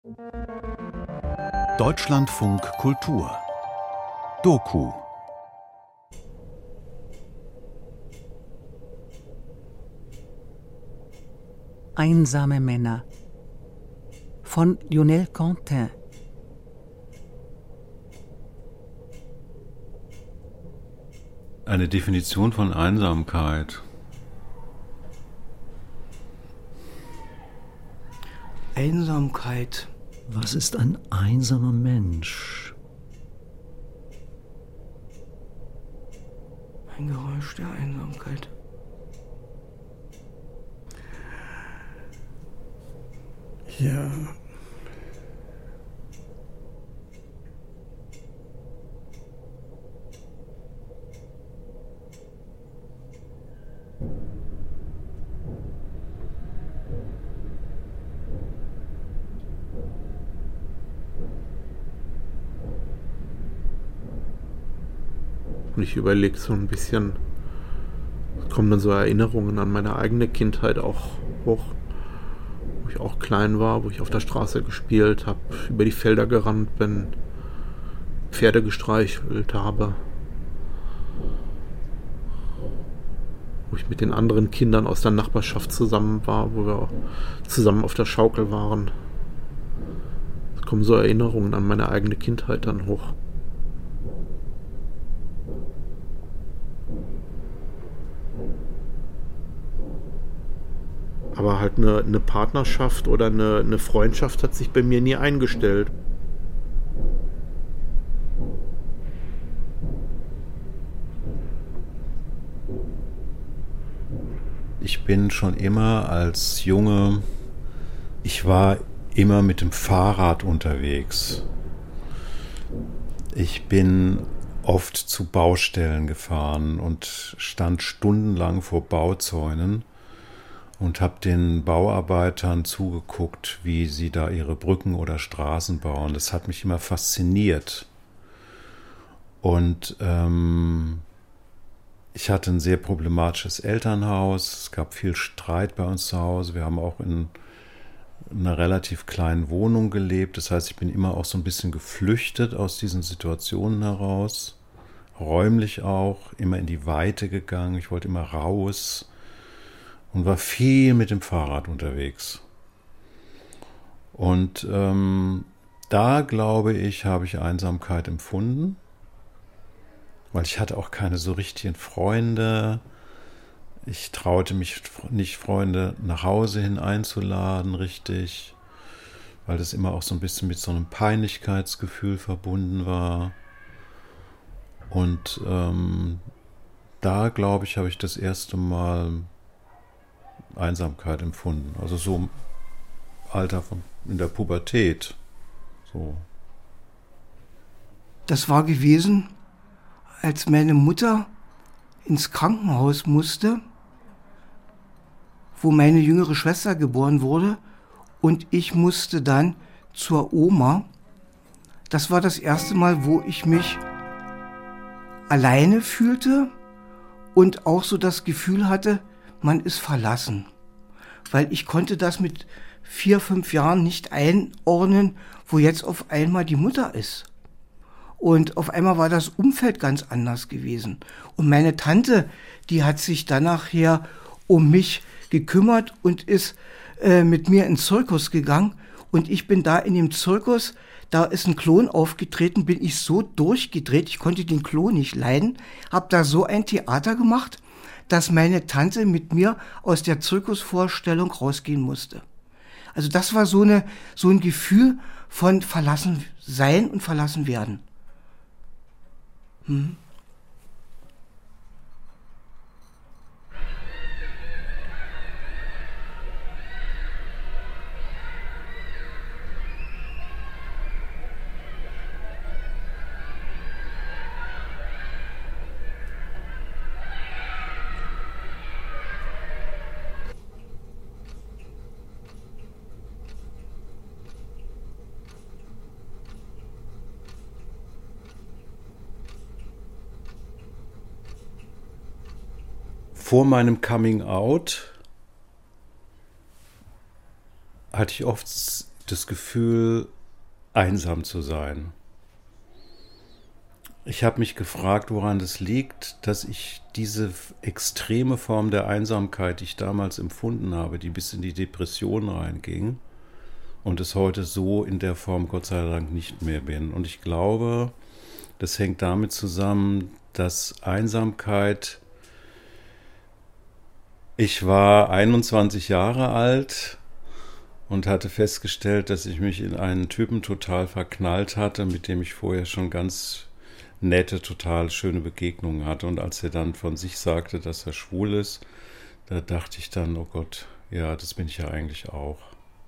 Deutschlandfunk Kultur Doku. Einsame Männer von Lionel Quentin. Eine Definition von Einsamkeit. Einsamkeit. Was ist ein einsamer Mensch? Ein Geräusch der Einsamkeit. Ja. Und ich überlege so ein bisschen, kommen dann so Erinnerungen an meine eigene Kindheit auch hoch, wo ich auch klein war, wo ich auf der Straße gespielt habe, über die Felder gerannt bin, Pferde gestreichelt habe, wo ich mit den anderen Kindern aus der Nachbarschaft zusammen war, wo wir zusammen auf der Schaukel waren. Es kommen so Erinnerungen an meine eigene Kindheit dann hoch. Aber halt eine Partnerschaft oder eine Freundschaft hat sich bei mir nie eingestellt. Ich bin schon immer als Junge, ich war immer mit dem Fahrrad unterwegs. Ich bin oft zu Baustellen gefahren und stand stundenlang vor Bauzäunen und habe den Bauarbeitern zugeguckt, wie sie da ihre Brücken oder Straßen bauen. Das hat mich immer fasziniert. Und ich hatte ein sehr problematisches Elternhaus. Es gab viel Streit bei uns zu Hause. Wir haben auch in einer relativ kleinen Wohnung gelebt. Das heißt, ich bin immer auch so ein bisschen geflüchtet aus diesen Situationen heraus. Räumlich auch, immer in die Weite gegangen. Ich wollte immer raus. Und war viel mit dem Fahrrad unterwegs. Und da, glaube ich, habe ich Einsamkeit empfunden, weil ich hatte auch keine so richtigen Freunde. Ich traute mich nicht, Freunde nach Hause hin einzuladen, richtig, weil das immer auch so ein bisschen mit so einem Peinlichkeitsgefühl verbunden war. Und da, glaube ich, habe ich das erste Mal Einsamkeit empfunden. Also so im Alter in der Pubertät. So. Das war gewesen, als meine Mutter ins Krankenhaus musste, wo meine jüngere Schwester geboren wurde, und ich musste dann zur Oma. Das war das erste Mal, wo ich mich alleine fühlte und auch so das Gefühl hatte, man ist verlassen. Weil ich konnte das mit 4, 5 Jahren nicht einordnen, wo jetzt auf einmal die Mutter ist. Und auf einmal war das Umfeld ganz anders gewesen. Und meine Tante, die hat sich dann nachher um mich gekümmert und ist mit mir ins Zirkus gegangen. Und ich bin da in dem Zirkus, da ist ein Klon aufgetreten, bin ich so durchgedreht, ich konnte den Klon nicht leiden, habe da so ein Theater gemacht, dass meine Tante mit mir aus der Zirkusvorstellung rausgehen musste. Also das war so ein Gefühl von verlassen sein und verlassen werden. Vor meinem Coming Out hatte ich oft das Gefühl, einsam zu sein. Ich habe mich gefragt, woran das liegt, dass ich diese extreme Form der Einsamkeit, die ich damals empfunden habe, die bis in die Depression reinging und es heute so in der Form Gott sei Dank nicht mehr bin. Und ich glaube, das hängt damit zusammen, dass Einsamkeit, ich war 21 Jahre alt und hatte festgestellt, dass ich mich in einen Typen total verknallt hatte, mit dem ich vorher schon ganz nette, total schöne Begegnungen hatte. Und als er dann von sich sagte, dass er schwul ist, da dachte ich dann, oh Gott, ja, das bin ich ja eigentlich auch.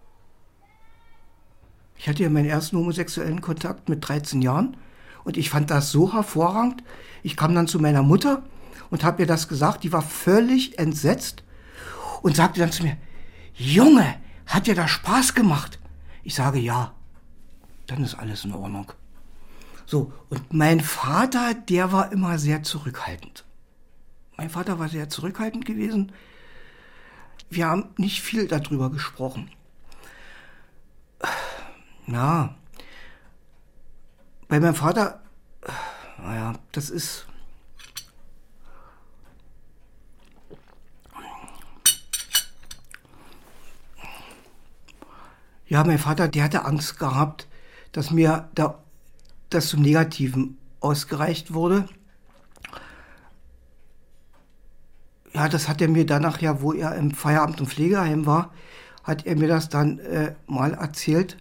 Ich hatte ja meinen ersten homosexuellen Kontakt mit 13 Jahren und ich fand das so hervorragend. Ich kam dann zu meiner Mutter und habe ihr das gesagt. Die war völlig entsetzt und sagte dann zu mir, Junge, hat dir das Spaß gemacht? Ich sage, ja, dann ist alles in Ordnung. So, und mein Vater, der war immer sehr zurückhaltend. Mein Vater war sehr zurückhaltend gewesen. Wir haben nicht viel darüber gesprochen. Na, bei meinem Vater, naja, das ist... Ja, mein Vater, der hatte Angst gehabt, dass mir das zum Negativen ausgereicht wurde. Ja, das hat er mir danach ja, wo er im Feierabend- und Pflegeheim war, hat er mir das dann mal erzählt,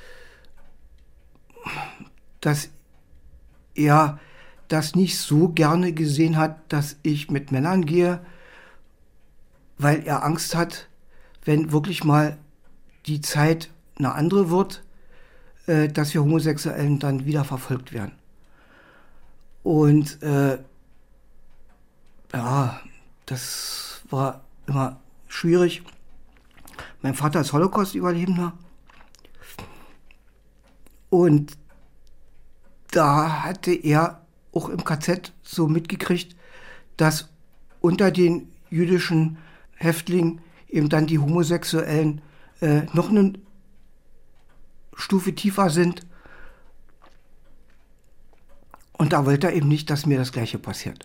dass er das nicht so gerne gesehen hat, dass ich mit Männern gehe, weil er Angst hat, wenn wirklich mal die Zeit eine andere wird, dass wir Homosexuellen dann wieder verfolgt werden. Und ja, das war immer schwierig. Mein Vater ist Holocaust-Überlebender. Und da hatte er auch im KZ so mitgekriegt, dass unter den jüdischen Häftlingen eben dann die Homosexuellen noch eine Stufe tiefer sind. Und da wollte er eben nicht, dass mir das Gleiche passiert.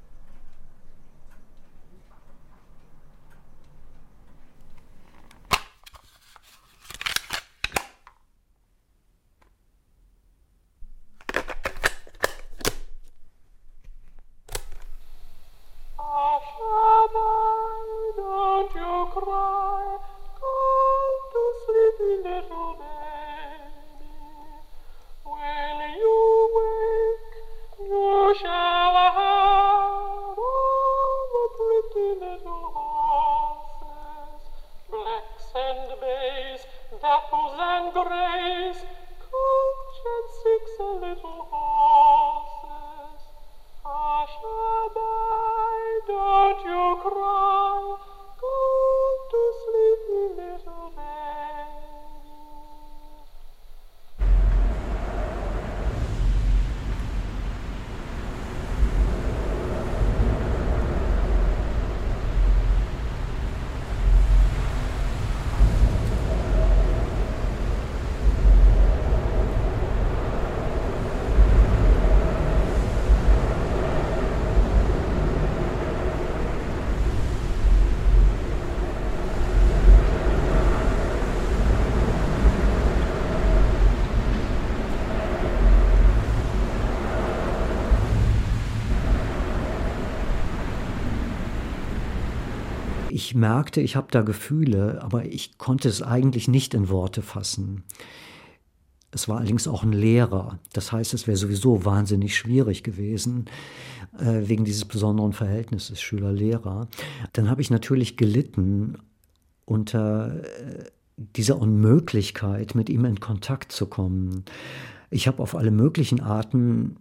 Ich merkte, ich habe da Gefühle, aber ich konnte es eigentlich nicht in Worte fassen. Es war allerdings auch ein Lehrer. Das heißt, es wäre sowieso wahnsinnig schwierig gewesen, wegen dieses besonderen Verhältnisses Schüler-Lehrer. Dann habe ich natürlich gelitten unter dieser Unmöglichkeit, mit ihm in Kontakt zu kommen. Ich habe auf alle möglichen Arten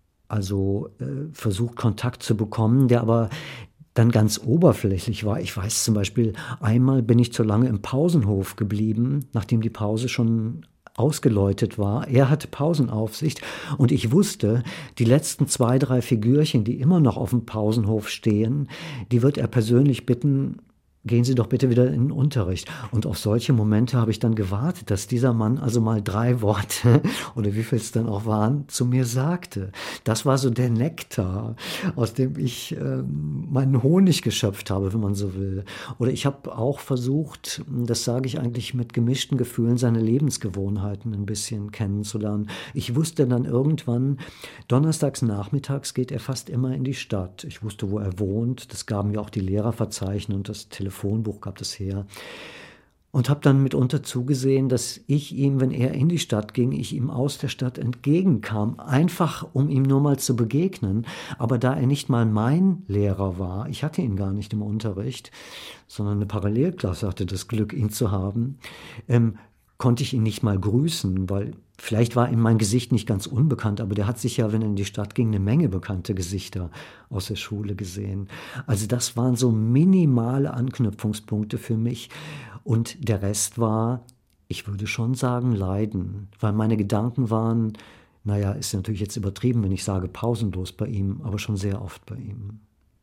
versucht, Kontakt zu bekommen, der aber dann ganz oberflächlich war. Ich weiß zum Beispiel, einmal bin ich zu lange im Pausenhof geblieben, nachdem die Pause schon ausgeläutet war. Er hatte Pausenaufsicht und ich wusste, die letzten 2, 3 Figürchen, die immer noch auf dem Pausenhof stehen, die wird er persönlich bitten, gehen Sie doch bitte wieder in den Unterricht. Und auf solche Momente habe ich dann gewartet, dass dieser Mann also mal 3 Worte oder wie viel es dann auch waren, zu mir sagte. Das war so der Nektar, aus dem ich meinen Honig geschöpft habe, wenn man so will. Oder ich habe auch versucht, das sage ich eigentlich mit gemischten Gefühlen, seine Lebensgewohnheiten ein bisschen kennenzulernen. Ich wusste dann irgendwann, donnerstags nachmittags geht er fast immer in die Stadt. Ich wusste, wo er wohnt. Das gaben mir auch die Lehrerverzeichnisse und das Telefonbuch gab es her. Und habe dann mitunter zugesehen, dass ich ihm, wenn er in die Stadt ging, ich ihm aus der Stadt entgegenkam, einfach um ihm nur mal zu begegnen. Aber da er nicht mal mein Lehrer war, ich hatte ihn gar nicht im Unterricht, sondern eine Parallelklasse hatte das Glück, ihn zu haben, konnte ich ihn nicht mal grüßen, weil vielleicht war ihm mein Gesicht nicht ganz unbekannt, aber der hat sich ja, wenn er in die Stadt ging, eine Menge bekannte Gesichter aus der Schule gesehen. Also das waren so minimale Anknüpfungspunkte für mich. Und der Rest war, ich würde schon sagen, Leiden, weil meine Gedanken waren, naja, ist natürlich jetzt übertrieben, wenn ich sage pausenlos bei ihm, aber schon sehr oft bei ihm.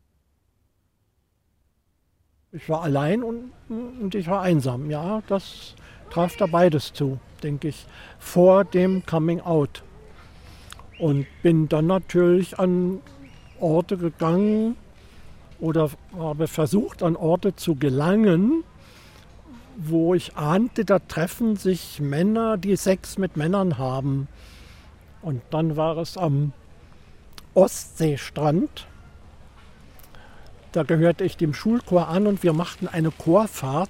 Ich war allein und ich war einsam, ja, das traf da beides zu, denke ich, vor dem Coming Out. Und bin dann natürlich an Orte gegangen oder habe versucht, an Orte zu gelangen, wo ich ahnte, da treffen sich Männer, die Sex mit Männern haben. Und dann war es am Ostseestrand. Da gehörte ich dem Schulchor an und wir machten eine Chorfahrt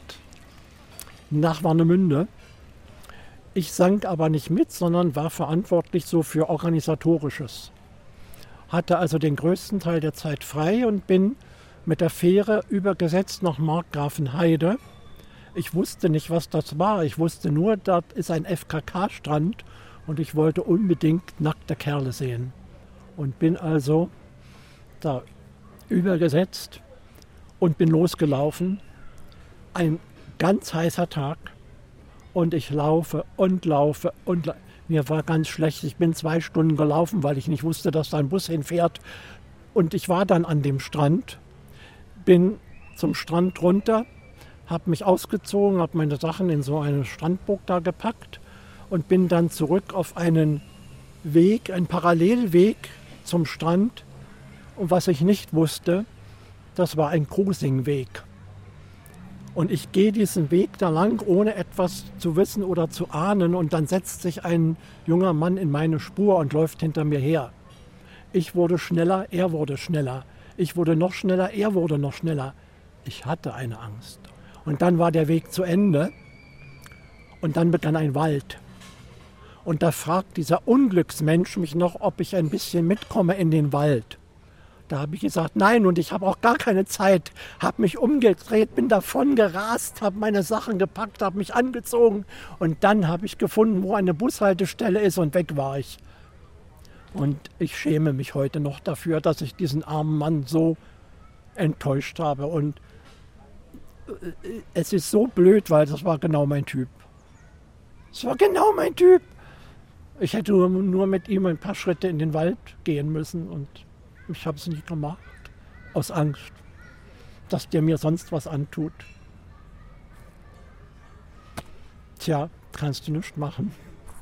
nach Warnemünde. Ich sang aber nicht mit, sondern war verantwortlich so für Organisatorisches. Hatte also den größten Teil der Zeit frei und bin mit der Fähre übergesetzt nach Markgrafenheide. Ich wusste nicht, was das war. Ich wusste nur, dort ist ein FKK-Strand und ich wollte unbedingt nackte Kerle sehen. Und bin also da übergesetzt und bin losgelaufen. Ein ganz heißer Tag und ich laufe und laufe und mir war ganz schlecht. Ich bin 2 Stunden gelaufen, weil ich nicht wusste, dass da ein Bus hinfährt. Und ich war dann an dem Strand, bin zum Strand runter, habe mich ausgezogen, habe meine Sachen in so eine Strandburg da gepackt und bin dann zurück auf einen Weg, einen Parallelweg zum Strand. Und was ich nicht wusste, das war ein Cruisingweg. Und ich gehe diesen Weg da lang, ohne etwas zu wissen oder zu ahnen. Und dann setzt sich ein junger Mann in meine Spur und läuft hinter mir her. Ich wurde schneller, er wurde schneller. Ich wurde noch schneller, er wurde noch schneller. Ich hatte eine Angst. Und dann war der Weg zu Ende. Und dann begann ein Wald. Und da fragt dieser Unglücksmensch mich noch, ob ich ein bisschen mitkomme in den Wald. Da habe ich gesagt, nein, und ich habe auch gar keine Zeit. Habe mich umgedreht, bin davon gerast, habe meine Sachen gepackt, habe mich angezogen. Und dann habe ich gefunden, wo eine Bushaltestelle ist und weg war ich. Und ich schäme mich heute noch dafür, dass ich diesen armen Mann so enttäuscht habe. Und es ist so blöd, weil das war genau mein Typ. Es war genau mein Typ. Ich hätte nur mit ihm ein paar Schritte in den Wald gehen müssen und ich habe es nicht gemacht, aus Angst, dass der mir sonst was antut. Tja, kannst du nichts machen.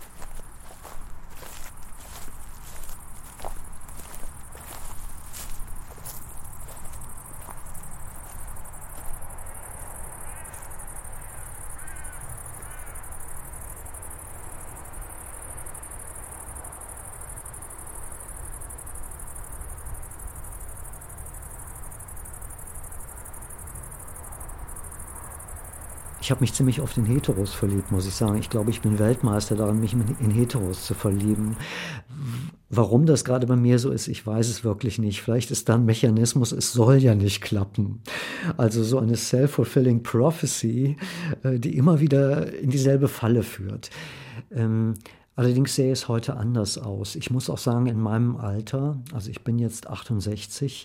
Ich habe mich ziemlich oft in Heteros verliebt, muss ich sagen. Ich glaube, ich bin Weltmeister daran, mich in Heteros zu verlieben. Warum das gerade bei mir so ist, ich weiß es wirklich nicht. Vielleicht ist da ein Mechanismus, es soll ja nicht klappen. Also so eine self-fulfilling prophecy, die immer wieder in dieselbe Falle führt. Allerdings sähe es heute anders aus. Ich muss auch sagen, in meinem Alter, also ich bin jetzt 68,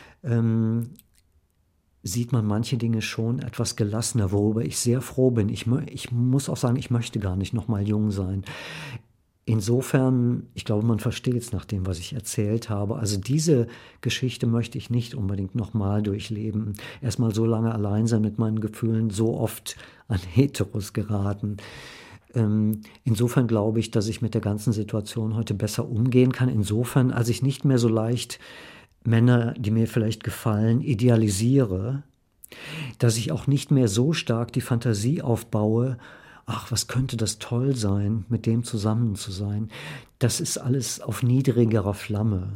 sieht man manche Dinge schon etwas gelassener, worüber ich sehr froh bin. Ich muss auch sagen, ich möchte gar nicht noch mal jung sein. Insofern, ich glaube, man versteht es nach dem, was ich erzählt habe. Also diese Geschichte möchte ich nicht unbedingt nochmal durchleben. Erstmal so lange allein sein mit meinen Gefühlen, so oft an Heteros geraten. Insofern glaube ich, dass ich mit der ganzen Situation heute besser umgehen kann. Insofern, als ich nicht mehr so leicht Männer, die mir vielleicht gefallen, idealisiere, dass ich auch nicht mehr so stark die Fantasie aufbaue, ach, was könnte das toll sein, mit dem zusammen zu sein. Das ist alles auf niedrigerer Flamme.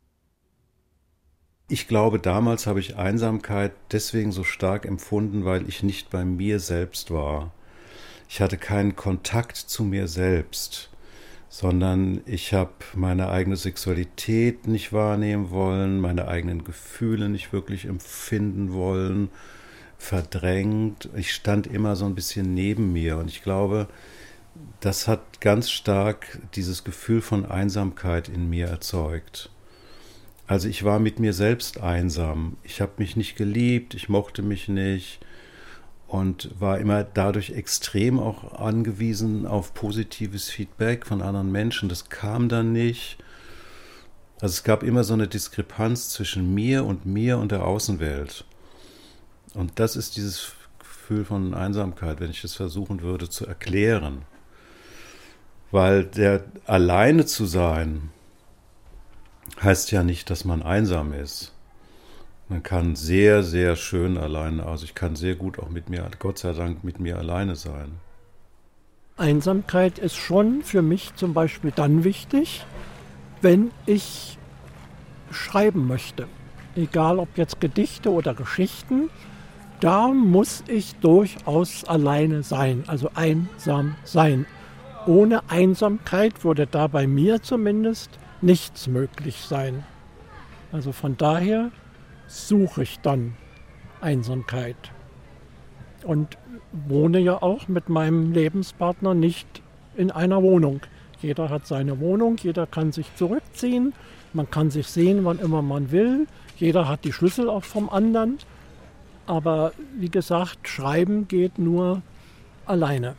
Ich glaube, damals habe ich Einsamkeit deswegen so stark empfunden, weil ich nicht bei mir selbst war. Ich hatte keinen Kontakt zu mir selbst, sondern ich habe meine eigene Sexualität nicht wahrnehmen wollen, meine eigenen Gefühle nicht wirklich empfinden wollen, verdrängt. Ich stand immer so ein bisschen neben mir und ich glaube, das hat ganz stark dieses Gefühl von Einsamkeit in mir erzeugt. Also ich war mit mir selbst einsam. Ich habe mich nicht geliebt, ich mochte mich nicht und war immer dadurch extrem auch angewiesen auf positives Feedback von anderen Menschen. Das kam dann nicht. Also es gab immer so eine Diskrepanz zwischen mir und der Außenwelt. Und das ist dieses Gefühl von Einsamkeit, wenn ich das versuchen würde zu erklären. Weil der alleine zu sein heißt ja nicht, dass man einsam ist. Man kann sehr, sehr schön alleine, also ich kann sehr gut auch mit mir, Gott sei Dank, mit mir alleine sein. Einsamkeit ist schon für mich zum Beispiel dann wichtig, wenn ich schreiben möchte. Egal ob jetzt Gedichte oder Geschichten, da muss ich durchaus alleine sein, also einsam sein. Ohne Einsamkeit würde da bei mir zumindest nichts möglich sein. Also von daher suche ich dann Einsamkeit. Und wohne ja auch mit meinem Lebenspartner nicht in einer Wohnung. Jeder hat seine Wohnung, jeder kann sich zurückziehen, man kann sich sehen, wann immer man will. Jeder hat die Schlüssel auch vom anderen. Aber wie gesagt, schreiben geht nur alleine.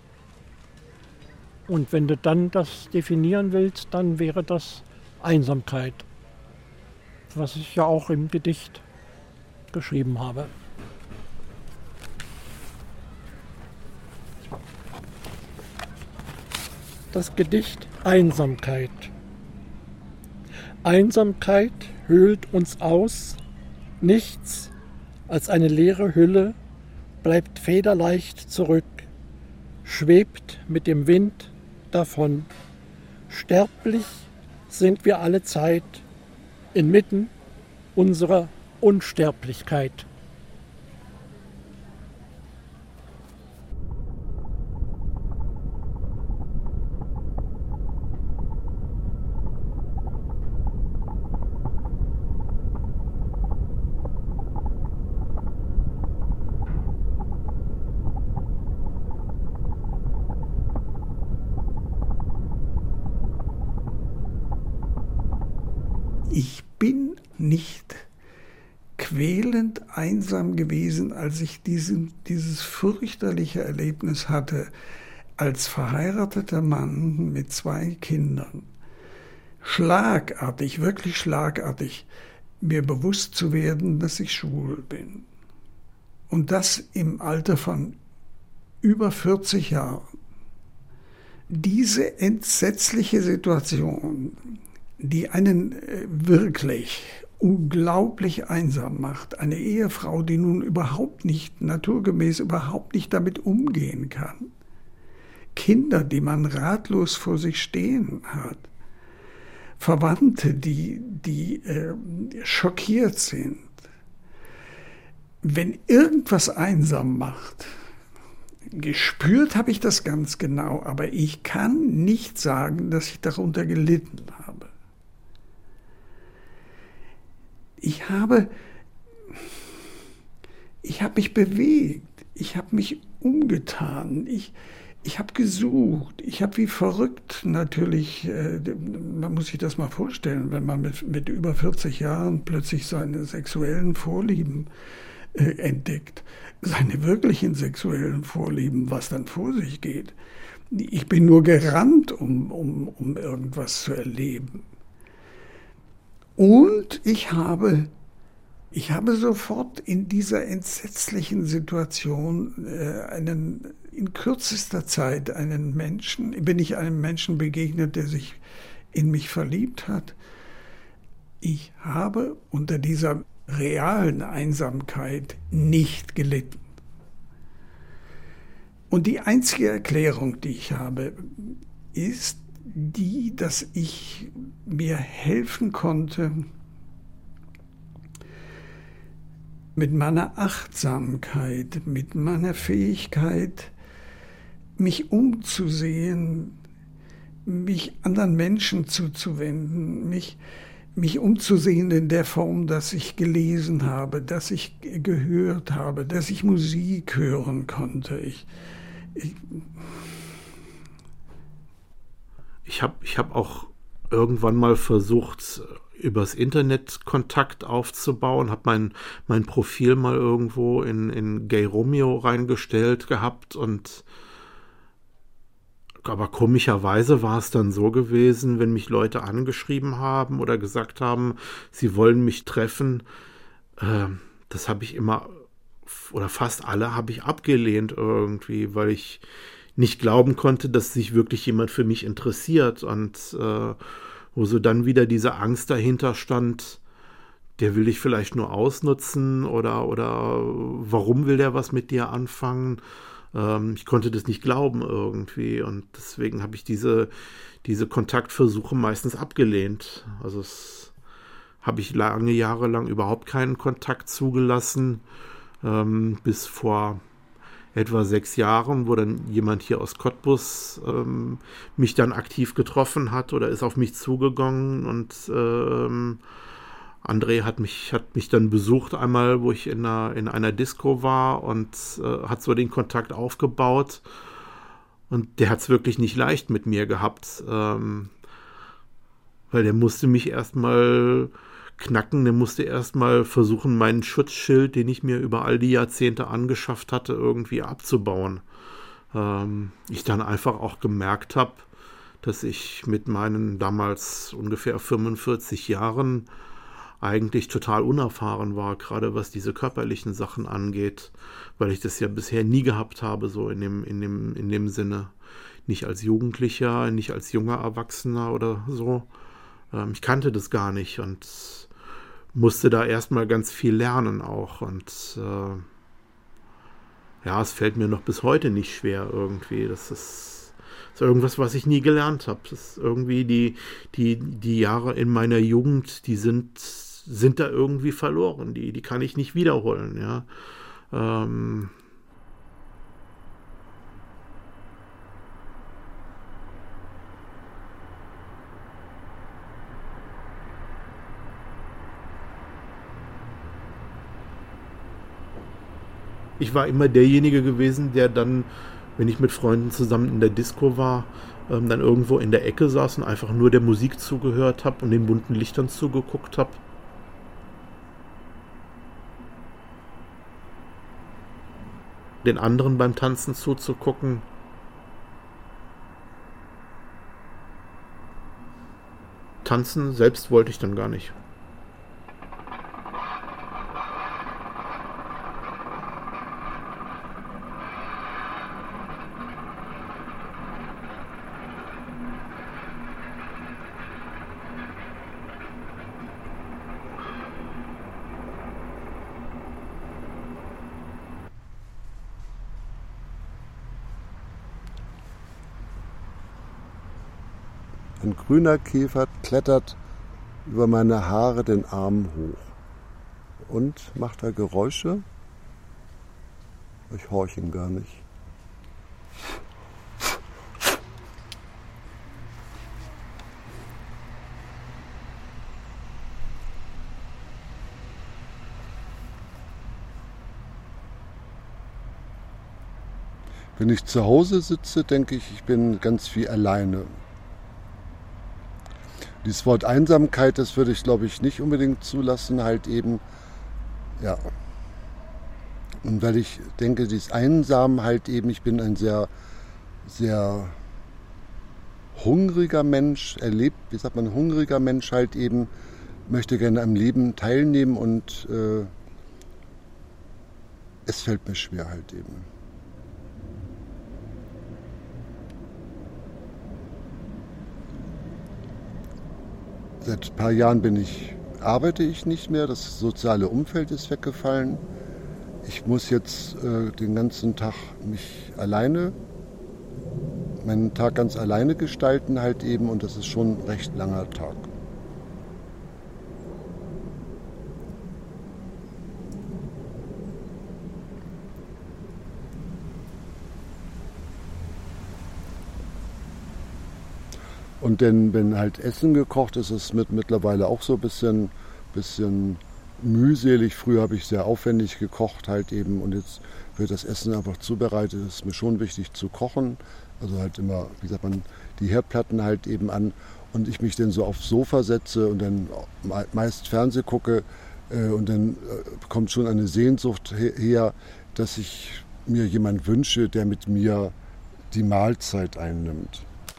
Und wenn du dann das definieren willst, dann wäre das Einsamkeit, was ich ja auch im Gedicht geschrieben habe. Das Gedicht Einsamkeit. Einsamkeit höhlt uns aus, nichts als eine leere Hülle bleibt federleicht zurück, schwebt mit dem Wind davon. Sterblich sind wir alle Zeit, inmitten unserer Unsterblichkeit. Ich bin nicht quälend einsam gewesen, als ich dieses fürchterliche Erlebnis hatte, als verheirateter Mann mit 2 Kindern. Schlagartig, wirklich schlagartig, mir bewusst zu werden, dass ich schwul bin. Und das im Alter von über 40 Jahren. Diese entsetzliche Situation, die einen wirklich unglaublich einsam macht. Eine Ehefrau, die nun naturgemäß überhaupt nicht damit umgehen kann. Kinder, die man ratlos vor sich stehen hat. Verwandte, die schockiert sind. Wenn irgendwas einsam macht, gespürt habe ich das ganz genau, aber ich kann nicht sagen, dass ich darunter gelitten habe. Ich habe mich bewegt, ich habe mich umgetan, ich habe gesucht, ich habe wie verrückt natürlich, man muss sich das mal vorstellen, wenn man mit über 40 Jahren plötzlich seine sexuellen Vorlieben entdeckt, seine wirklichen sexuellen Vorlieben, was dann vor sich geht. Ich bin nur gerannt, um irgendwas zu erleben. Und ich habe sofort in dieser entsetzlichen Situation in kürzester Zeit bin ich einem Menschen begegnet, der sich in mich verliebt hat. Ich habe unter dieser realen Einsamkeit nicht gelitten. Und die einzige Erklärung, die ich habe, ist die, dass ich mir helfen konnte, mit meiner Achtsamkeit, mit meiner Fähigkeit, mich umzusehen, mich anderen Menschen zuzuwenden, mich umzusehen in der Form, dass ich gelesen habe, dass ich gehört habe, dass ich Musik hören konnte. Ich hab auch irgendwann mal versucht, übers Internet Kontakt aufzubauen, habe mein Profil mal irgendwo in Gay Romeo reingestellt gehabt aber komischerweise war es dann so gewesen, wenn mich Leute angeschrieben haben oder gesagt haben, sie wollen mich treffen, das habe ich immer, oder fast alle habe ich abgelehnt irgendwie, weil ich nicht glauben konnte, dass sich wirklich jemand für mich interessiert und wo so dann wieder diese Angst dahinter stand, der will dich vielleicht nur ausnutzen oder warum will der was mit dir anfangen? Ich konnte das nicht glauben irgendwie und deswegen habe ich diese Kontaktversuche meistens abgelehnt. Also habe ich lange Jahre lang überhaupt keinen Kontakt zugelassen, bis vor etwa 6 Jahren, wo dann jemand hier aus Cottbus mich dann aktiv getroffen hat oder ist auf mich zugegangen und André hat mich dann besucht einmal, wo ich in einer Disco war und hat so den Kontakt aufgebaut und der hat es wirklich nicht leicht mit mir gehabt, weil der musste mich erstmal knacken, der musste erstmal versuchen, meinen Schutzschild, den ich mir über all die Jahrzehnte angeschafft hatte, irgendwie abzubauen. Ich dann einfach auch gemerkt habe, dass ich mit meinen damals ungefähr 45 Jahren eigentlich total unerfahren war, gerade was diese körperlichen Sachen angeht, weil ich das ja bisher nie gehabt habe, so in dem Sinne. Nicht als Jugendlicher, nicht als junger Erwachsener oder so. Ich kannte das gar nicht und musste da erstmal ganz viel lernen auch. Und es fällt mir noch bis heute nicht schwer irgendwie. Das ist irgendwas, was ich nie gelernt habe. Das ist irgendwie die Jahre in meiner Jugend, die sind da irgendwie verloren. Die kann ich nicht wiederholen, ja. Ich war immer derjenige gewesen, der dann, wenn ich mit Freunden zusammen in der Disco war, dann irgendwo in der Ecke saß und einfach nur der Musik zugehört habe und den bunten Lichtern zugeguckt habe. Den anderen beim Tanzen zuzugucken. Tanzen selbst wollte ich dann gar nicht. Ein grüner Käfer klettert über meine Haare den Arm hoch und macht da Geräusche. Ich horche ihn gar nicht. Wenn ich zu Hause sitze, denke ich, ich bin ganz viel alleine. Dieses Wort Einsamkeit, das würde ich, glaube ich, nicht unbedingt zulassen, halt eben, ja. Und weil ich denke, dieses Einsam halt eben, ich bin ein sehr, sehr hungriger Mensch, hungriger Mensch halt eben, möchte gerne am Leben teilnehmen und es fällt mir schwer halt eben. Seit ein paar Jahren arbeite ich nicht mehr, das soziale Umfeld ist weggefallen. Ich muss jetzt den ganzen Tag meinen Tag ganz alleine gestalten halt eben und das ist schon ein recht langer Tag. Und denn, wenn halt Essen gekocht ist, ist es mittlerweile auch so ein bisschen mühselig. Früher habe ich sehr aufwendig gekocht halt eben und jetzt wird das Essen einfach zubereitet. Es ist mir schon wichtig zu kochen. Also halt immer, wie sagt man, die Herdplatten halt eben an und ich mich dann so aufs Sofa setze und dann meist Fernseh gucke und dann kommt schon eine Sehnsucht her, dass ich mir jemanden wünsche, der mit mir die Mahlzeit einnimmt.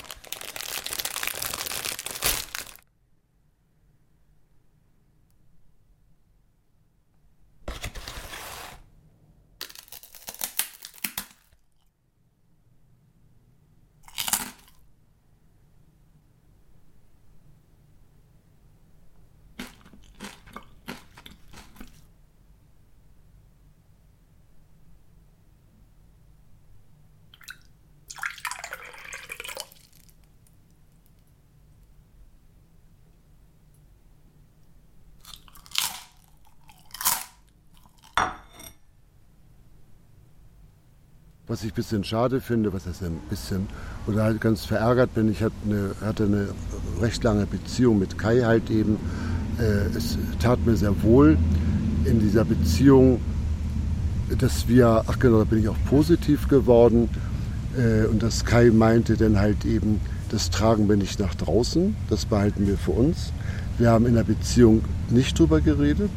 Was ich ein bisschen schade finde, was heißt ein bisschen, oder halt ganz verärgert bin, ich hatte eine recht lange Beziehung mit Kai halt eben. Es tat mir sehr wohl in dieser Beziehung, dass da bin ich auch positiv geworden. Und dass Kai meinte dann halt eben, das tragen wir nicht nach draußen, das behalten wir für uns. Wir haben in der Beziehung nicht drüber geredet.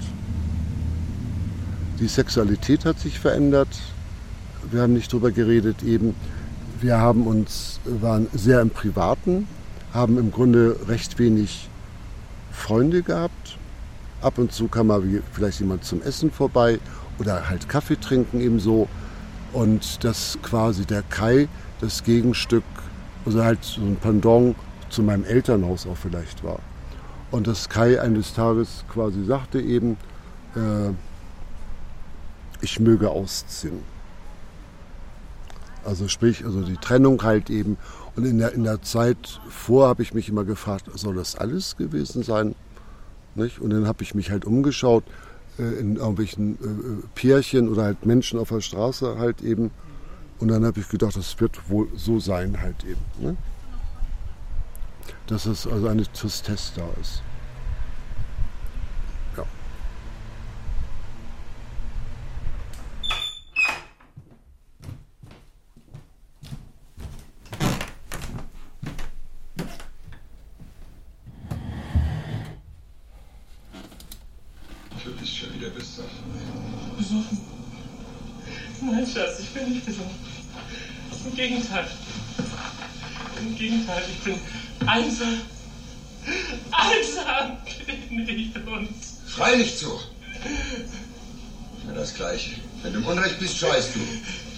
Die Sexualität hat sich verändert. Wir haben nicht drüber geredet eben. Wir waren sehr im Privaten, haben im Grunde recht wenig Freunde gehabt. Ab und zu kam mal vielleicht jemand zum Essen vorbei oder halt Kaffee trinken ebenso. Und dass quasi der Kai das Gegenstück, also halt so ein Pendant zu meinem Elternhaus auch vielleicht war. Und dass Kai eines Tages quasi sagte eben, ich möge ausziehen. Also sprich, die Trennung halt eben. Und in der Zeit vor habe ich mich immer gefragt, soll das alles gewesen sein? Nicht? Und dann habe ich mich halt umgeschaut in irgendwelchen Pärchen oder halt Menschen auf der Straße halt eben. Und dann habe ich gedacht, das wird wohl so sein halt eben. Ne? Dass es also eine Tristesse da ist. Ja. Du bist schon wieder besoffen. Besoffen? Nein, Schatz, ich bin nicht besoffen. Im Gegenteil. Ich bin einsam. Einsam bin ich und... Schrei nicht so. Ja, das Gleiche. Wenn du im Unrecht bist, schreist du.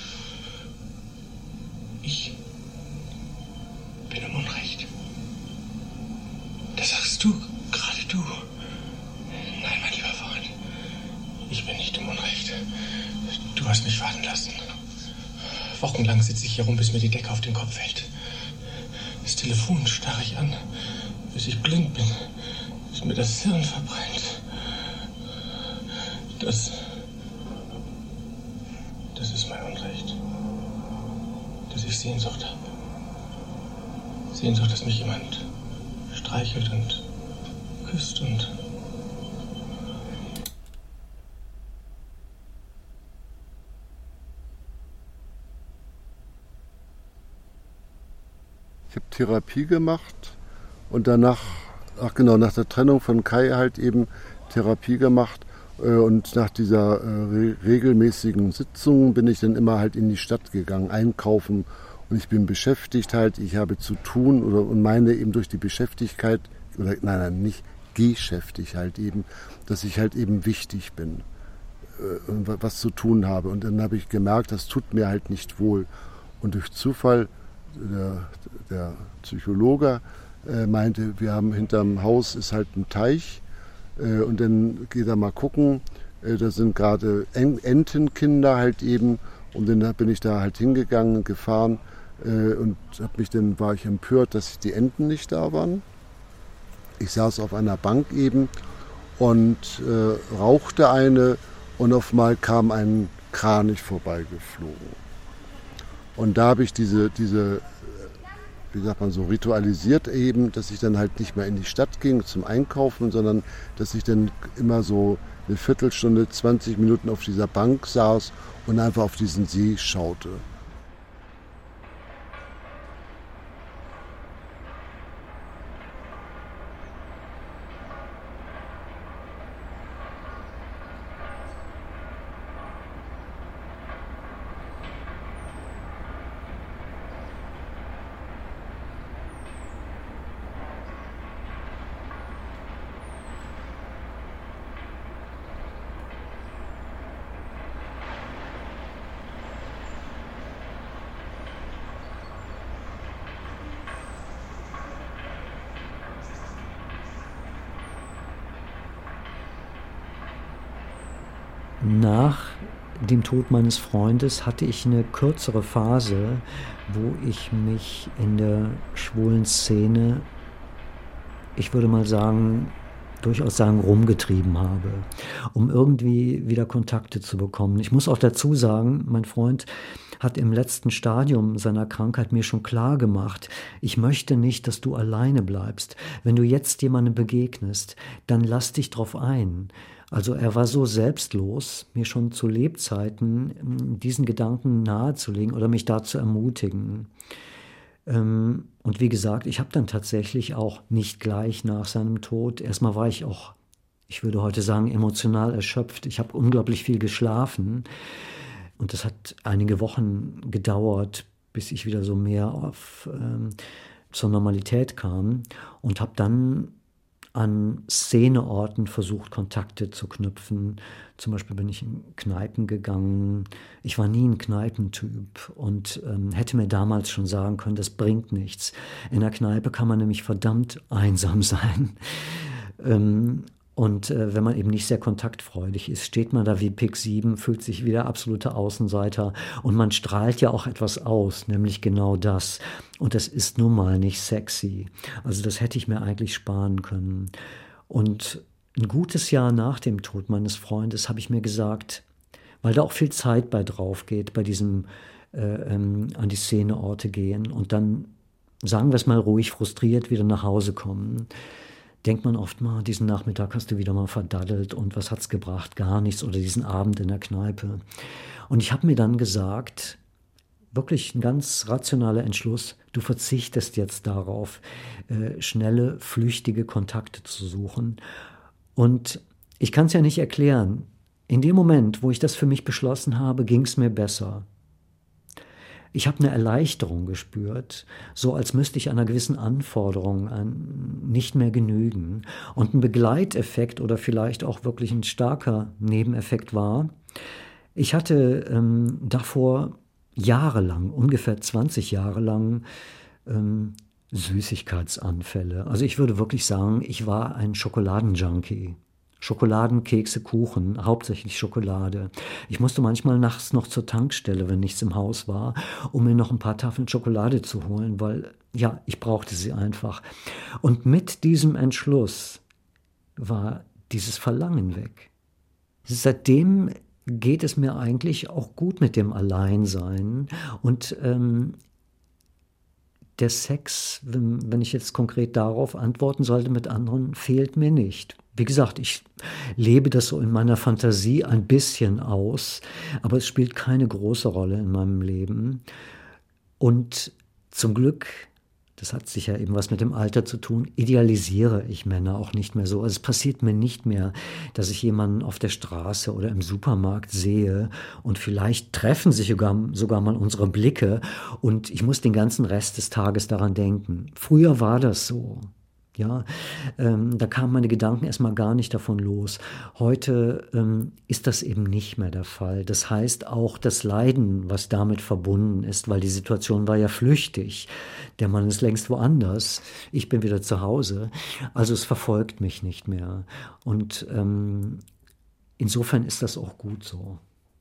Ich bin im Unrecht. Das sagst du, gerade du. Nein, mein lieber Freund. Ich bin nicht im Unrecht. Du hast mich warten lassen. Wochenlang sitze ich hier rum, bis mir die Decke auf den Kopf fällt. Das Telefon starre ich an, bis ich blind bin, bis mir das Hirn verbrennt. Das ist mein Unrecht. Dass ich Sehnsucht habe. Sehnsucht, dass mich jemand streichelt und küsst und... Ich habe Therapie gemacht und danach, nach der Trennung von Kai halt eben Therapie gemacht. Und nach dieser regelmäßigen Sitzung bin ich dann immer halt in die Stadt gegangen, einkaufen und ich bin beschäftigt halt, ich habe zu tun und meine eben durch die Beschäftigkeit, oder nein, nicht geschäftig halt eben, dass ich halt eben wichtig bin und was zu tun habe. Und dann habe ich gemerkt, das tut mir halt nicht wohl. Und durch Zufall, der Psychologe meinte, wir haben hinterm Haus ist halt ein Teich und dann geht er mal gucken, da sind gerade Entenkinder halt eben und dann bin ich da halt hingegangen, gefahren und dann war ich empört, dass die Enten nicht da waren. Ich saß auf einer Bank eben und rauchte eine und auf einmal kam ein Kranich vorbeigeflogen. Und da habe ich diese, wie sagt man so, ritualisiert eben, dass ich dann halt nicht mehr in die Stadt ging zum Einkaufen, sondern dass ich dann immer so eine Viertelstunde, 20 Minuten auf dieser Bank saß und einfach auf diesen See schaute. Nach dem Tod meines Freundes hatte ich eine kürzere Phase, wo ich mich in der schwulen Szene, ich würde mal sagen, durchaus sagen, rumgetrieben habe, um irgendwie wieder Kontakte zu bekommen. Ich muss auch dazu sagen, mein Freund hat im letzten Stadium seiner Krankheit mir schon klar gemacht, ich möchte nicht, dass du alleine bleibst. Wenn du jetzt jemandem begegnest, dann lass dich drauf ein. Also er war so selbstlos, mir schon zu Lebzeiten diesen Gedanken nahezulegen oder mich da zu ermutigen. Und wie gesagt, ich habe dann tatsächlich auch nicht gleich nach seinem Tod, erstmal war ich auch, ich würde heute sagen, emotional erschöpft. Ich habe unglaublich viel geschlafen und das hat einige Wochen gedauert, bis ich wieder so mehr zur Normalität kam und habe dann an Szeneorten versucht, Kontakte zu knüpfen. Zum Beispiel bin ich in Kneipen gegangen. Ich war nie ein Kneipentyp und hätte mir damals schon sagen können, das bringt nichts. In der Kneipe kann man nämlich verdammt einsam sein. Und wenn man eben nicht sehr kontaktfreudig ist, steht man da wie Pik 7, fühlt sich wie der absolute Außenseiter und man strahlt ja auch etwas aus, nämlich genau das. Und das ist nun mal nicht sexy. Also das hätte ich mir eigentlich sparen können. Und ein gutes Jahr nach dem Tod meines Freundes habe ich mir gesagt, weil da auch viel Zeit bei drauf geht, bei diesem an die Szeneorte gehen und dann, sagen wir es mal ruhig, frustriert wieder nach Hause kommen, denkt man oft mal, diesen Nachmittag hast du wieder mal verdaddelt und was hat's gebracht? Gar nichts. Oder diesen Abend in der Kneipe. Und ich habe mir dann gesagt, wirklich ein ganz rationaler Entschluss, du verzichtest jetzt darauf, schnelle, flüchtige Kontakte zu suchen. Und ich kann es ja nicht erklären. In dem Moment, wo ich das für mich beschlossen habe, ging es mir besser. Ich habe eine Erleichterung gespürt, so als müsste ich einer gewissen Anforderung nicht mehr genügen. Und ein Begleiteffekt oder vielleicht auch wirklich ein starker Nebeneffekt war, ich hatte davor jahrelang, ungefähr 20 Jahre lang, Süßigkeitsanfälle. Also ich würde wirklich sagen, ich war ein Schokoladenjunkie. Schokoladen, Kekse, Kuchen, hauptsächlich Schokolade. Ich musste manchmal nachts noch zur Tankstelle, wenn nichts im Haus war, um mir noch ein paar Tafeln Schokolade zu holen, weil, ja, ich brauchte sie einfach. Und mit diesem Entschluss war dieses Verlangen weg. Seitdem geht es mir eigentlich auch gut mit dem Alleinsein und der Sex, wenn ich jetzt konkret darauf antworten sollte, mit anderen, fehlt mir nicht. Wie gesagt, ich lebe das so in meiner Fantasie ein bisschen aus, aber es spielt keine große Rolle in meinem Leben. Und zum Glück, das hat sicher eben was mit dem Alter zu tun, idealisiere ich Männer auch nicht mehr so. Also es passiert mir nicht mehr, dass ich jemanden auf der Straße oder im Supermarkt sehe und vielleicht treffen sich sogar mal unsere Blicke und ich muss den ganzen Rest des Tages daran denken. Früher war das so. Ja, da kamen meine Gedanken erstmal gar nicht davon los. Heute ist das eben nicht mehr der Fall. Das heißt auch das Leiden, was damit verbunden ist, weil die Situation war ja flüchtig. Der Mann ist längst woanders. Ich bin wieder zu Hause. Also es verfolgt mich nicht mehr. Und insofern ist das auch gut so.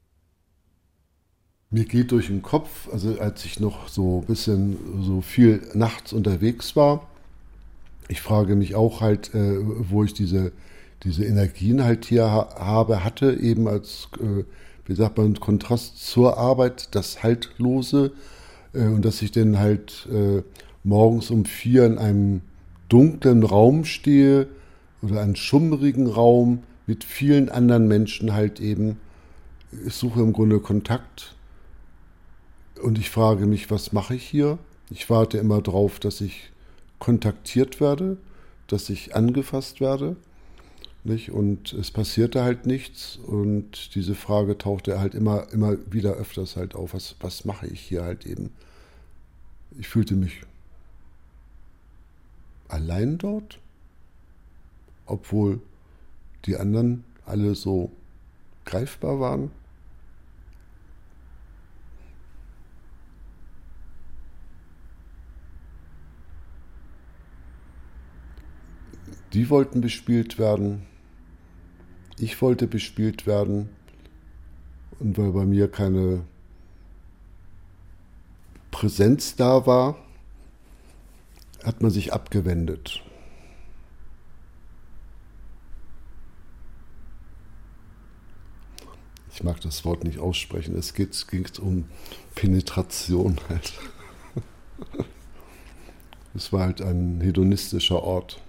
Mir geht durch den Kopf, also als ich noch so ein bisschen so viel nachts unterwegs war, ich frage mich auch halt, wo ich diese Energien halt hier hatte, eben als, wie sagt man, Kontrast zur Arbeit, das Haltlose, und dass ich dann halt morgens um 4 in einem dunklen Raum stehe oder einem schummrigen Raum mit vielen anderen Menschen halt eben. Ich suche im Grunde Kontakt und ich frage mich, was mache ich hier? Ich warte immer drauf, dass ich kontaktiert werde, dass ich angefasst werde, nicht? Und es passierte halt nichts und diese Frage tauchte halt immer wieder öfters halt auf, was mache ich hier halt eben? Ich fühlte mich allein dort, obwohl die anderen alle so greifbar waren. Die wollten bespielt werden, ich wollte bespielt werden und weil bei mir keine Präsenz da war, hat man sich abgewendet. Ich mag das Wort nicht aussprechen, es ging um Penetration halt. Es war halt ein hedonistischer Ort.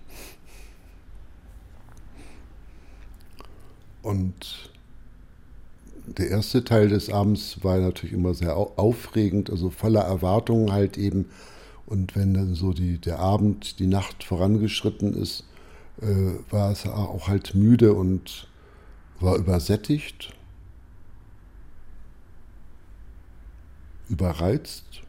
Und der erste Teil des Abends war natürlich immer sehr aufregend, also voller Erwartungen halt eben. Und wenn dann so der Abend, die Nacht vorangeschritten ist, war es auch halt müde und war übersättigt, überreizt.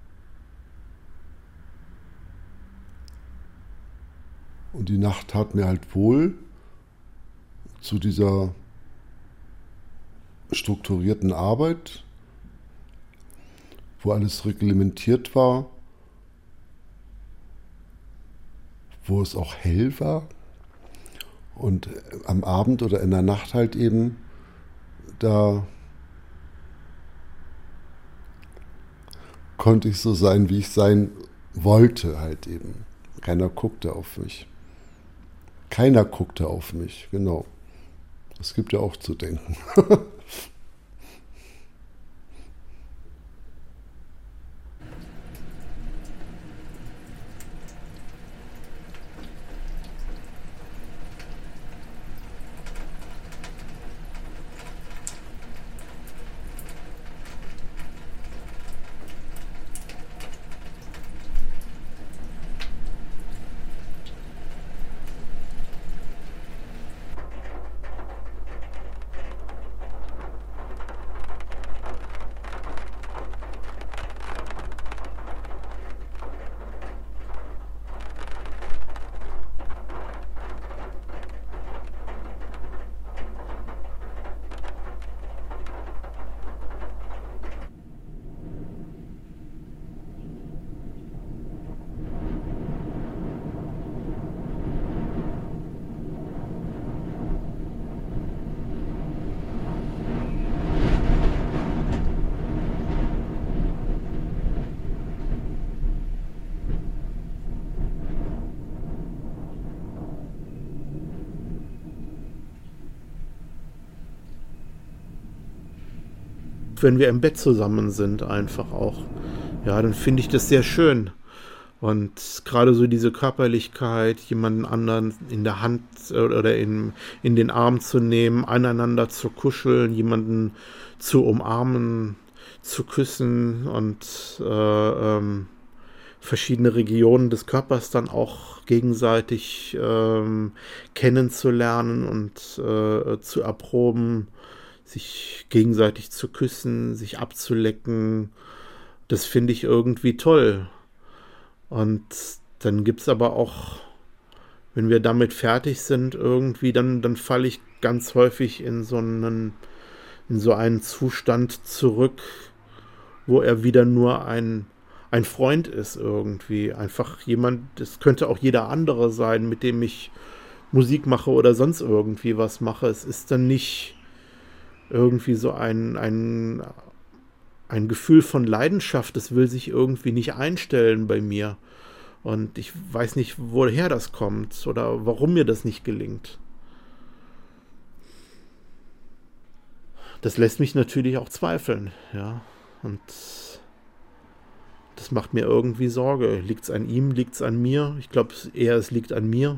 Und die Nacht tat mir halt wohl. Zu dieser strukturierten Arbeit, wo alles reglementiert war, wo es auch hell war und am Abend oder in der Nacht halt eben, da konnte ich so sein, wie ich sein wollte halt eben. Keiner guckte auf mich. Keiner guckte auf mich, genau. Das gibt ja auch zu denken. Wenn wir im Bett zusammen sind, einfach auch, ja, dann finde ich das sehr schön. Und gerade so diese Körperlichkeit, jemanden anderen in der Hand oder in den Arm zu nehmen, aneinander zu kuscheln, jemanden zu umarmen, zu küssen und verschiedene Regionen des Körpers dann auch gegenseitig kennenzulernen und zu erproben, sich gegenseitig zu küssen, sich abzulecken. Das finde ich irgendwie toll. Und dann gibt es aber auch, wenn wir damit fertig sind, irgendwie, dann falle ich ganz häufig in so einen Zustand zurück, wo er wieder nur ein Freund ist irgendwie. Einfach jemand, es könnte auch jeder andere sein, mit dem ich Musik mache oder sonst irgendwie was mache. Es ist dann nicht irgendwie so ein Gefühl von Leidenschaft, das will sich irgendwie nicht einstellen bei mir. Und ich weiß nicht, woher das kommt oder warum mir das nicht gelingt. Das lässt mich natürlich auch zweifeln, ja. Und das macht mir irgendwie Sorge. Liegt es an ihm, liegt es an mir? Ich glaube eher, es liegt an mir.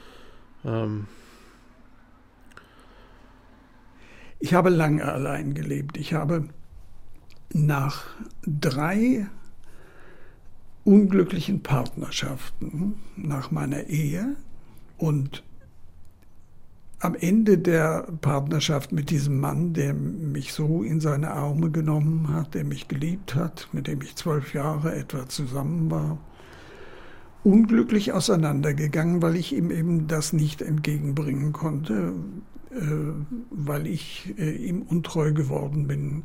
Ich habe lange allein gelebt. Ich habe nach 3 unglücklichen Partnerschaften nach meiner Ehe und am Ende der Partnerschaft mit diesem Mann, der mich so in seine Arme genommen hat, der mich geliebt hat, mit dem ich 12 Jahre etwa zusammen war, unglücklich auseinandergegangen, weil ich ihm eben das nicht entgegenbringen konnte, weil ich ihm untreu geworden bin.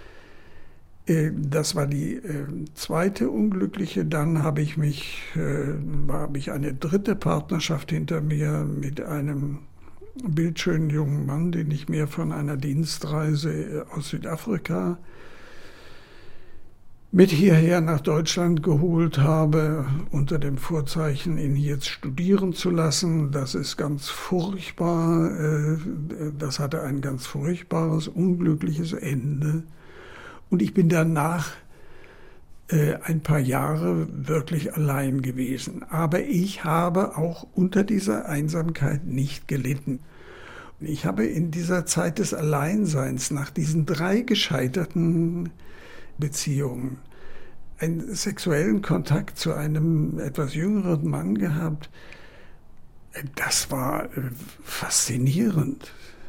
Das war die zweite unglückliche. Dann habe ich eine 3. Partnerschaft hinter mir mit einem bildschönen jungen Mann, den ich mir von einer Dienstreise aus Südafrika mit hierher nach Deutschland geholt habe, unter dem Vorzeichen, ihn jetzt studieren zu lassen. Das ist ganz furchtbar. Das hatte ein ganz furchtbares, unglückliches Ende. Und ich bin danach ein paar Jahre wirklich allein gewesen. Aber ich habe auch unter dieser Einsamkeit nicht gelitten. Ich habe in dieser Zeit des Alleinseins, nach diesen 3 gescheiterten Beziehungen, einen sexuellen Kontakt zu einem etwas jüngeren Mann gehabt. Das war faszinierend.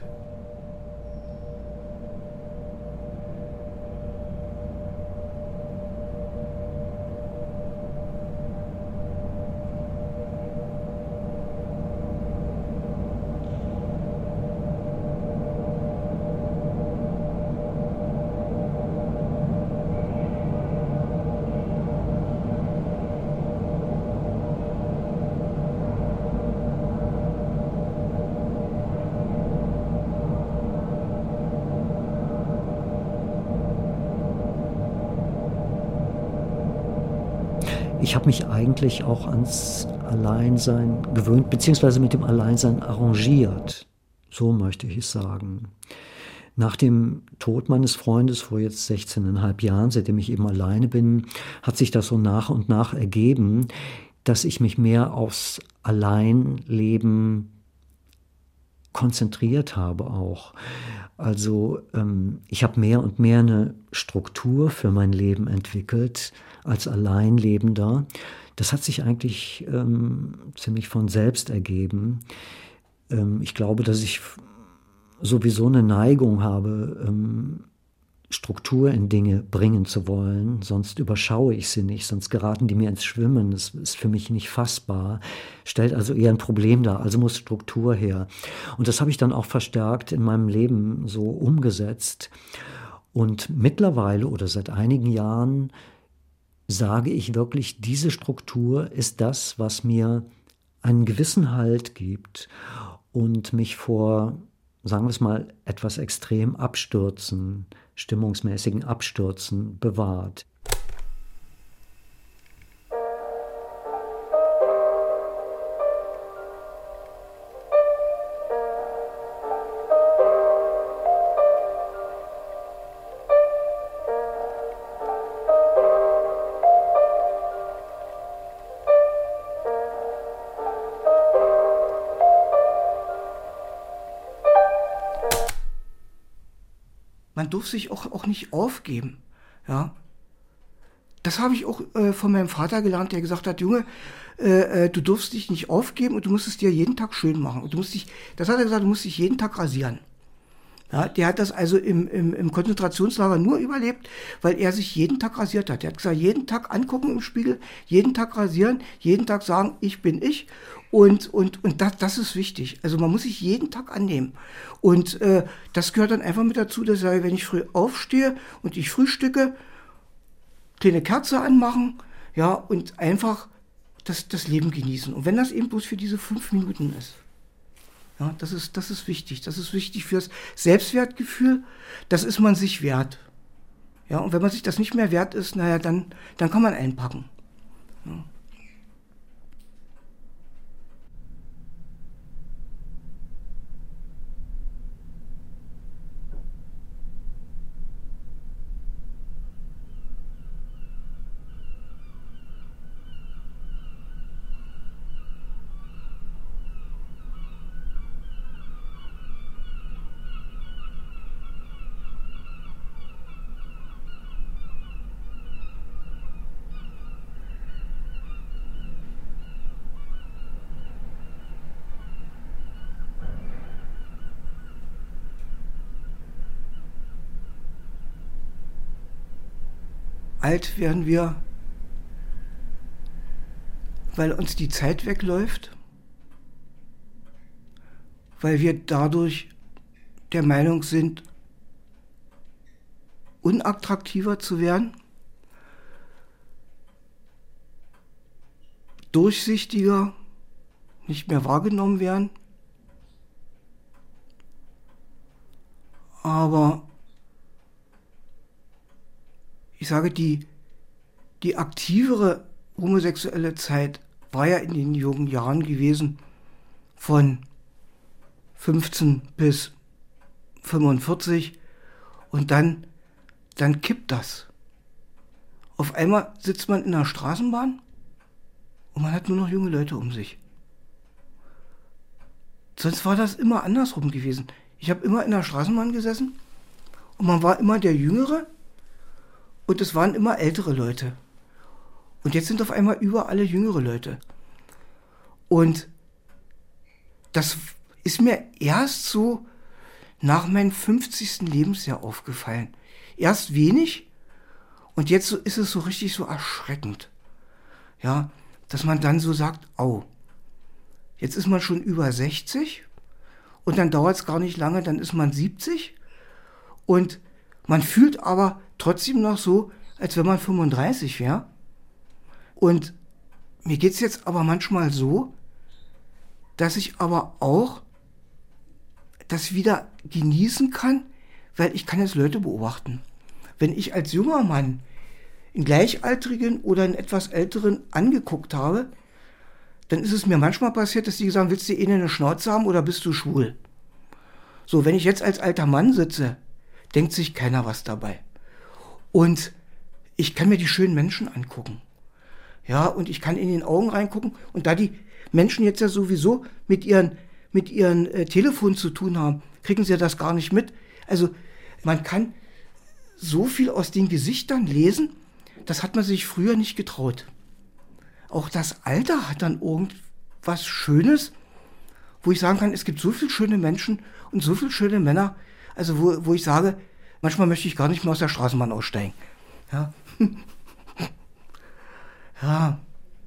Ich habe mich eigentlich auch ans Alleinsein gewöhnt, beziehungsweise mit dem Alleinsein arrangiert. So möchte ich es sagen. Nach dem Tod meines Freundes vor jetzt 16,5 Jahren, seitdem ich eben alleine bin, hat sich das so nach und nach ergeben, dass ich mich mehr aufs Alleinleben konzentriert habe auch. Also ich habe mehr und mehr eine Struktur für mein Leben entwickelt als Alleinlebender. Das hat sich eigentlich ziemlich von selbst ergeben. Ich glaube, dass ich sowieso eine Neigung habe, Struktur in Dinge bringen zu wollen, sonst überschaue ich sie nicht, sonst geraten die mir ins Schwimmen. Das ist für mich nicht fassbar, stellt also eher ein Problem dar, also muss Struktur her. Und das habe ich dann auch verstärkt in meinem Leben so umgesetzt. Und mittlerweile oder seit einigen Jahren sage ich wirklich, diese Struktur ist das, was mir einen gewissen Halt gibt und mich vor, sagen wir es mal, etwas extrem Abstürzen, stimmungsmäßigen Abstürzen bewahrt. Man durfte sich auch nicht aufgeben. Ja? Das habe ich auch von meinem Vater gelernt, der gesagt hat, Junge, du darfst dich nicht aufgeben und du musst es dir jeden Tag schön machen. Und das hat er gesagt, du musst dich jeden Tag rasieren. Ja, der hat das also im Konzentrationslager nur überlebt, weil er sich jeden Tag rasiert hat. Der hat gesagt, jeden Tag angucken im Spiegel, jeden Tag rasieren, jeden Tag sagen, ich bin ich. Und das ist wichtig. Also man muss sich jeden Tag annehmen. Und das gehört dann einfach mit dazu, dass ich, wenn ich früh aufstehe und ich frühstücke, kleine Kerze anmachen, ja, und einfach das Leben genießen. Und wenn das eben bloß für diese 5 Minuten ist. Ja, das ist wichtig. Das ist wichtig fürs Selbstwertgefühl. Das ist man sich wert. Ja, und wenn man sich das nicht mehr wert ist, naja, dann kann man einpacken. Ja. Alt werden wir, weil uns die Zeit wegläuft, weil wir dadurch der Meinung sind, unattraktiver zu werden, durchsichtiger, nicht mehr wahrgenommen werden. Aber ich sage, die aktivere homosexuelle Zeit war ja in den jungen Jahren gewesen, von 15 bis 45, und dann kippt das. Auf einmal sitzt man in der Straßenbahn und man hat nur noch junge Leute um sich. Sonst war das immer andersrum gewesen. Ich habe immer in der Straßenbahn gesessen und man war immer der Jüngere. Und es waren immer ältere Leute. Und jetzt sind auf einmal überall alle jüngere Leute. Und das ist mir erst so nach meinem 50. Lebensjahr aufgefallen. Erst wenig und jetzt ist es so richtig so erschreckend. Ja, dass man dann so sagt, au, jetzt ist man schon über 60 und dann dauert es gar nicht lange, dann ist man 70 und man fühlt aber trotzdem noch so, als wenn man 35 wäre. Und mir geht es jetzt aber manchmal so, dass ich aber auch das wieder genießen kann, weil ich kann jetzt Leute beobachten. Wenn ich als junger Mann einen Gleichaltrigen oder einen etwas Älteren angeguckt habe, dann ist es mir manchmal passiert, dass die gesagt haben, willst du eine Schnauze haben oder bist du schwul? So, wenn ich jetzt als alter Mann sitze, denkt sich keiner was dabei. Und ich kann mir die schönen Menschen angucken. Ja, und ich kann in den Augen reingucken. Und da die Menschen jetzt ja sowieso mit ihren Telefonen zu tun haben, kriegen sie das gar nicht mit. Also man kann so viel aus den Gesichtern lesen, das hat man sich früher nicht getraut. Auch das Alter hat dann irgendwas Schönes, wo ich sagen kann, es gibt so viele schöne Menschen und so viele schöne Männer, also wo ich sage, manchmal möchte ich gar nicht mehr aus der Straßenbahn aussteigen. Ja. Ja.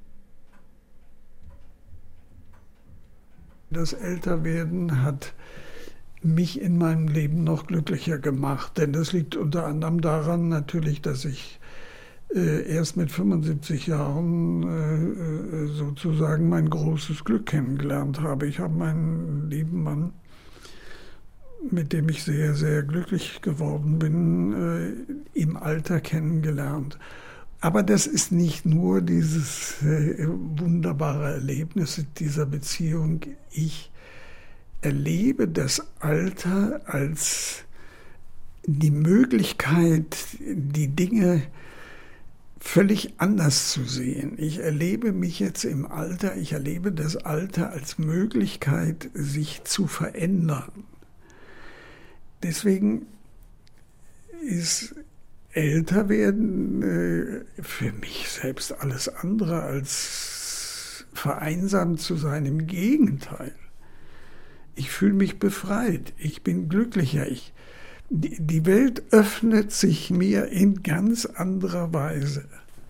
Das Älterwerden hat mich in meinem Leben noch glücklicher gemacht, denn das liegt unter anderem daran natürlich, dass ich erst mit 75 Jahren sozusagen mein großes Glück kennengelernt habe. Ich habe meinen lieben Mann, mit dem ich sehr, sehr glücklich geworden bin, im Alter kennengelernt. Aber das ist nicht nur dieses wunderbare Erlebnis dieser Beziehung. Ich erlebe das Alter als die Möglichkeit, die Dinge völlig anders zu sehen. Ich erlebe mich jetzt im Alter, ich erlebe das Alter als Möglichkeit, sich zu verändern. Deswegen ist Älterwerden für mich selbst alles andere als vereinsamt zu sein. Im Gegenteil. Ich fühle mich befreit. Ich bin glücklicher. Die Welt öffnet sich mir in ganz anderer Weise.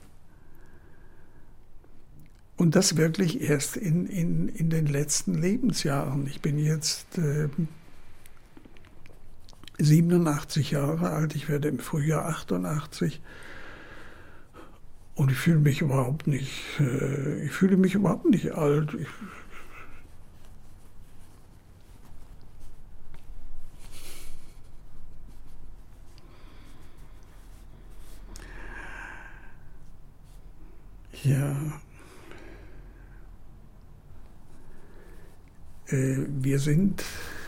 Und das wirklich erst in den letzten Lebensjahren. Ich bin jetzt 87 Jahre alt, ich werde im Frühjahr 88 und ich fühle mich überhaupt nicht alt. Ja. Wir sind,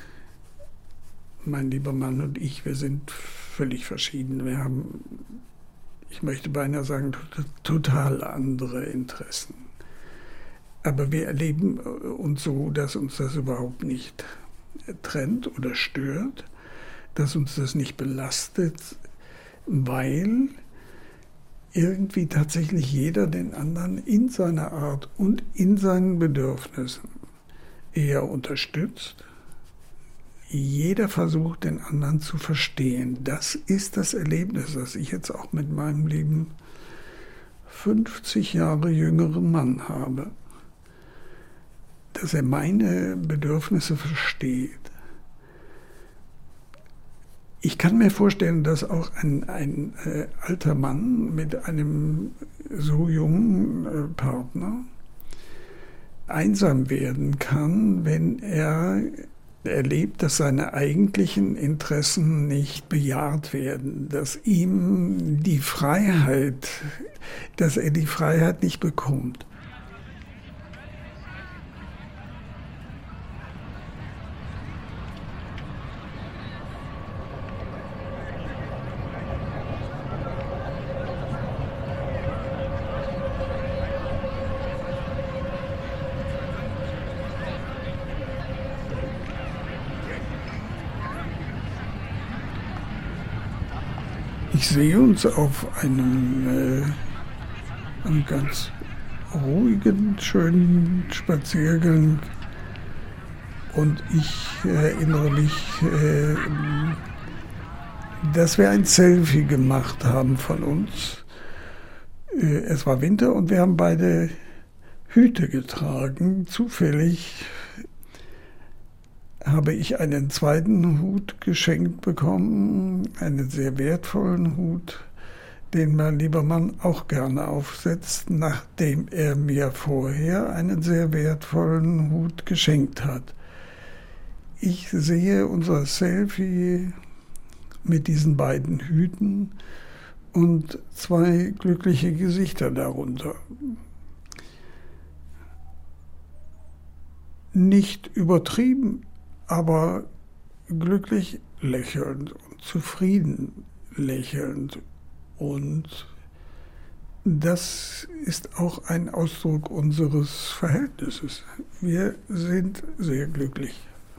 mein lieber Mann und ich, wir sind völlig verschieden. Wir haben, ich möchte beinahe sagen, total andere Interessen. Aber wir erleben uns so, dass uns das überhaupt nicht trennt oder stört, dass uns das nicht belastet, weil irgendwie tatsächlich jeder den anderen in seiner Art und in seinen Bedürfnissen eher unterstützt. Jeder versucht, den anderen zu verstehen. Das ist das Erlebnis, das ich jetzt auch mit meinem lieben 50 Jahre jüngeren Mann habe. Dass er meine Bedürfnisse versteht. Ich kann mir vorstellen, dass auch ein alter Mann mit einem so jungen Partner einsam werden kann, wenn er erlebt, dass seine eigentlichen Interessen nicht bejaht werden, dass ihm die Freiheit, dass er die Freiheit nicht bekommt. Ich sehe uns auf einem ganz ruhigen, schönen Spaziergang und ich erinnere mich, dass wir ein Selfie gemacht haben von uns. Es war Winter und wir haben beide Hüte getragen. Zufällig habe ich einen zweiten Hut geschenkt bekommen, einen sehr wertvollen Hut, den mein lieber Mann auch gerne aufsetzt, nachdem er mir vorher einen sehr wertvollen Hut geschenkt hat. Ich sehe unser Selfie mit diesen beiden Hüten und zwei glückliche Gesichter darunter. Nicht übertrieben, aber glücklich lächelnd und zufrieden lächelnd. Und das ist auch ein Ausdruck unseres Verhältnisses. Wir sind sehr glücklich.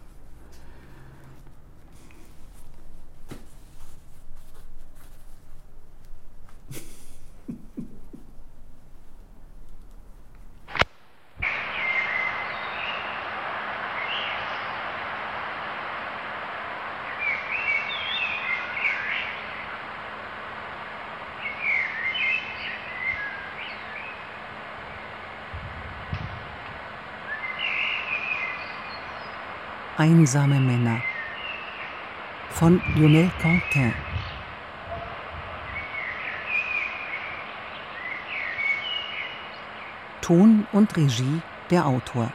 Einsame Männer von Lionel Contin. Ton und Regie der Autor.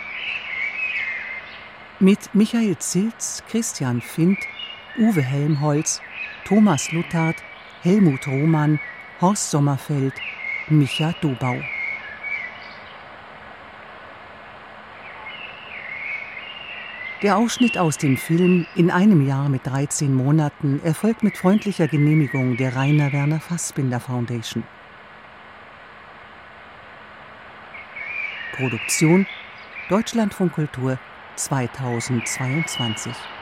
Mit Michael Zilz, Christian Findt, Uwe Helmholtz, Thomas Luthard, Helmut Rohmann, Horst Sommerfeld, Micha Dobau. Der Ausschnitt aus dem Film In einem Jahr mit 13 Monaten erfolgt mit freundlicher Genehmigung der Rainer Werner Fassbinder Foundation. Produktion Deutschlandfunk Kultur 2022.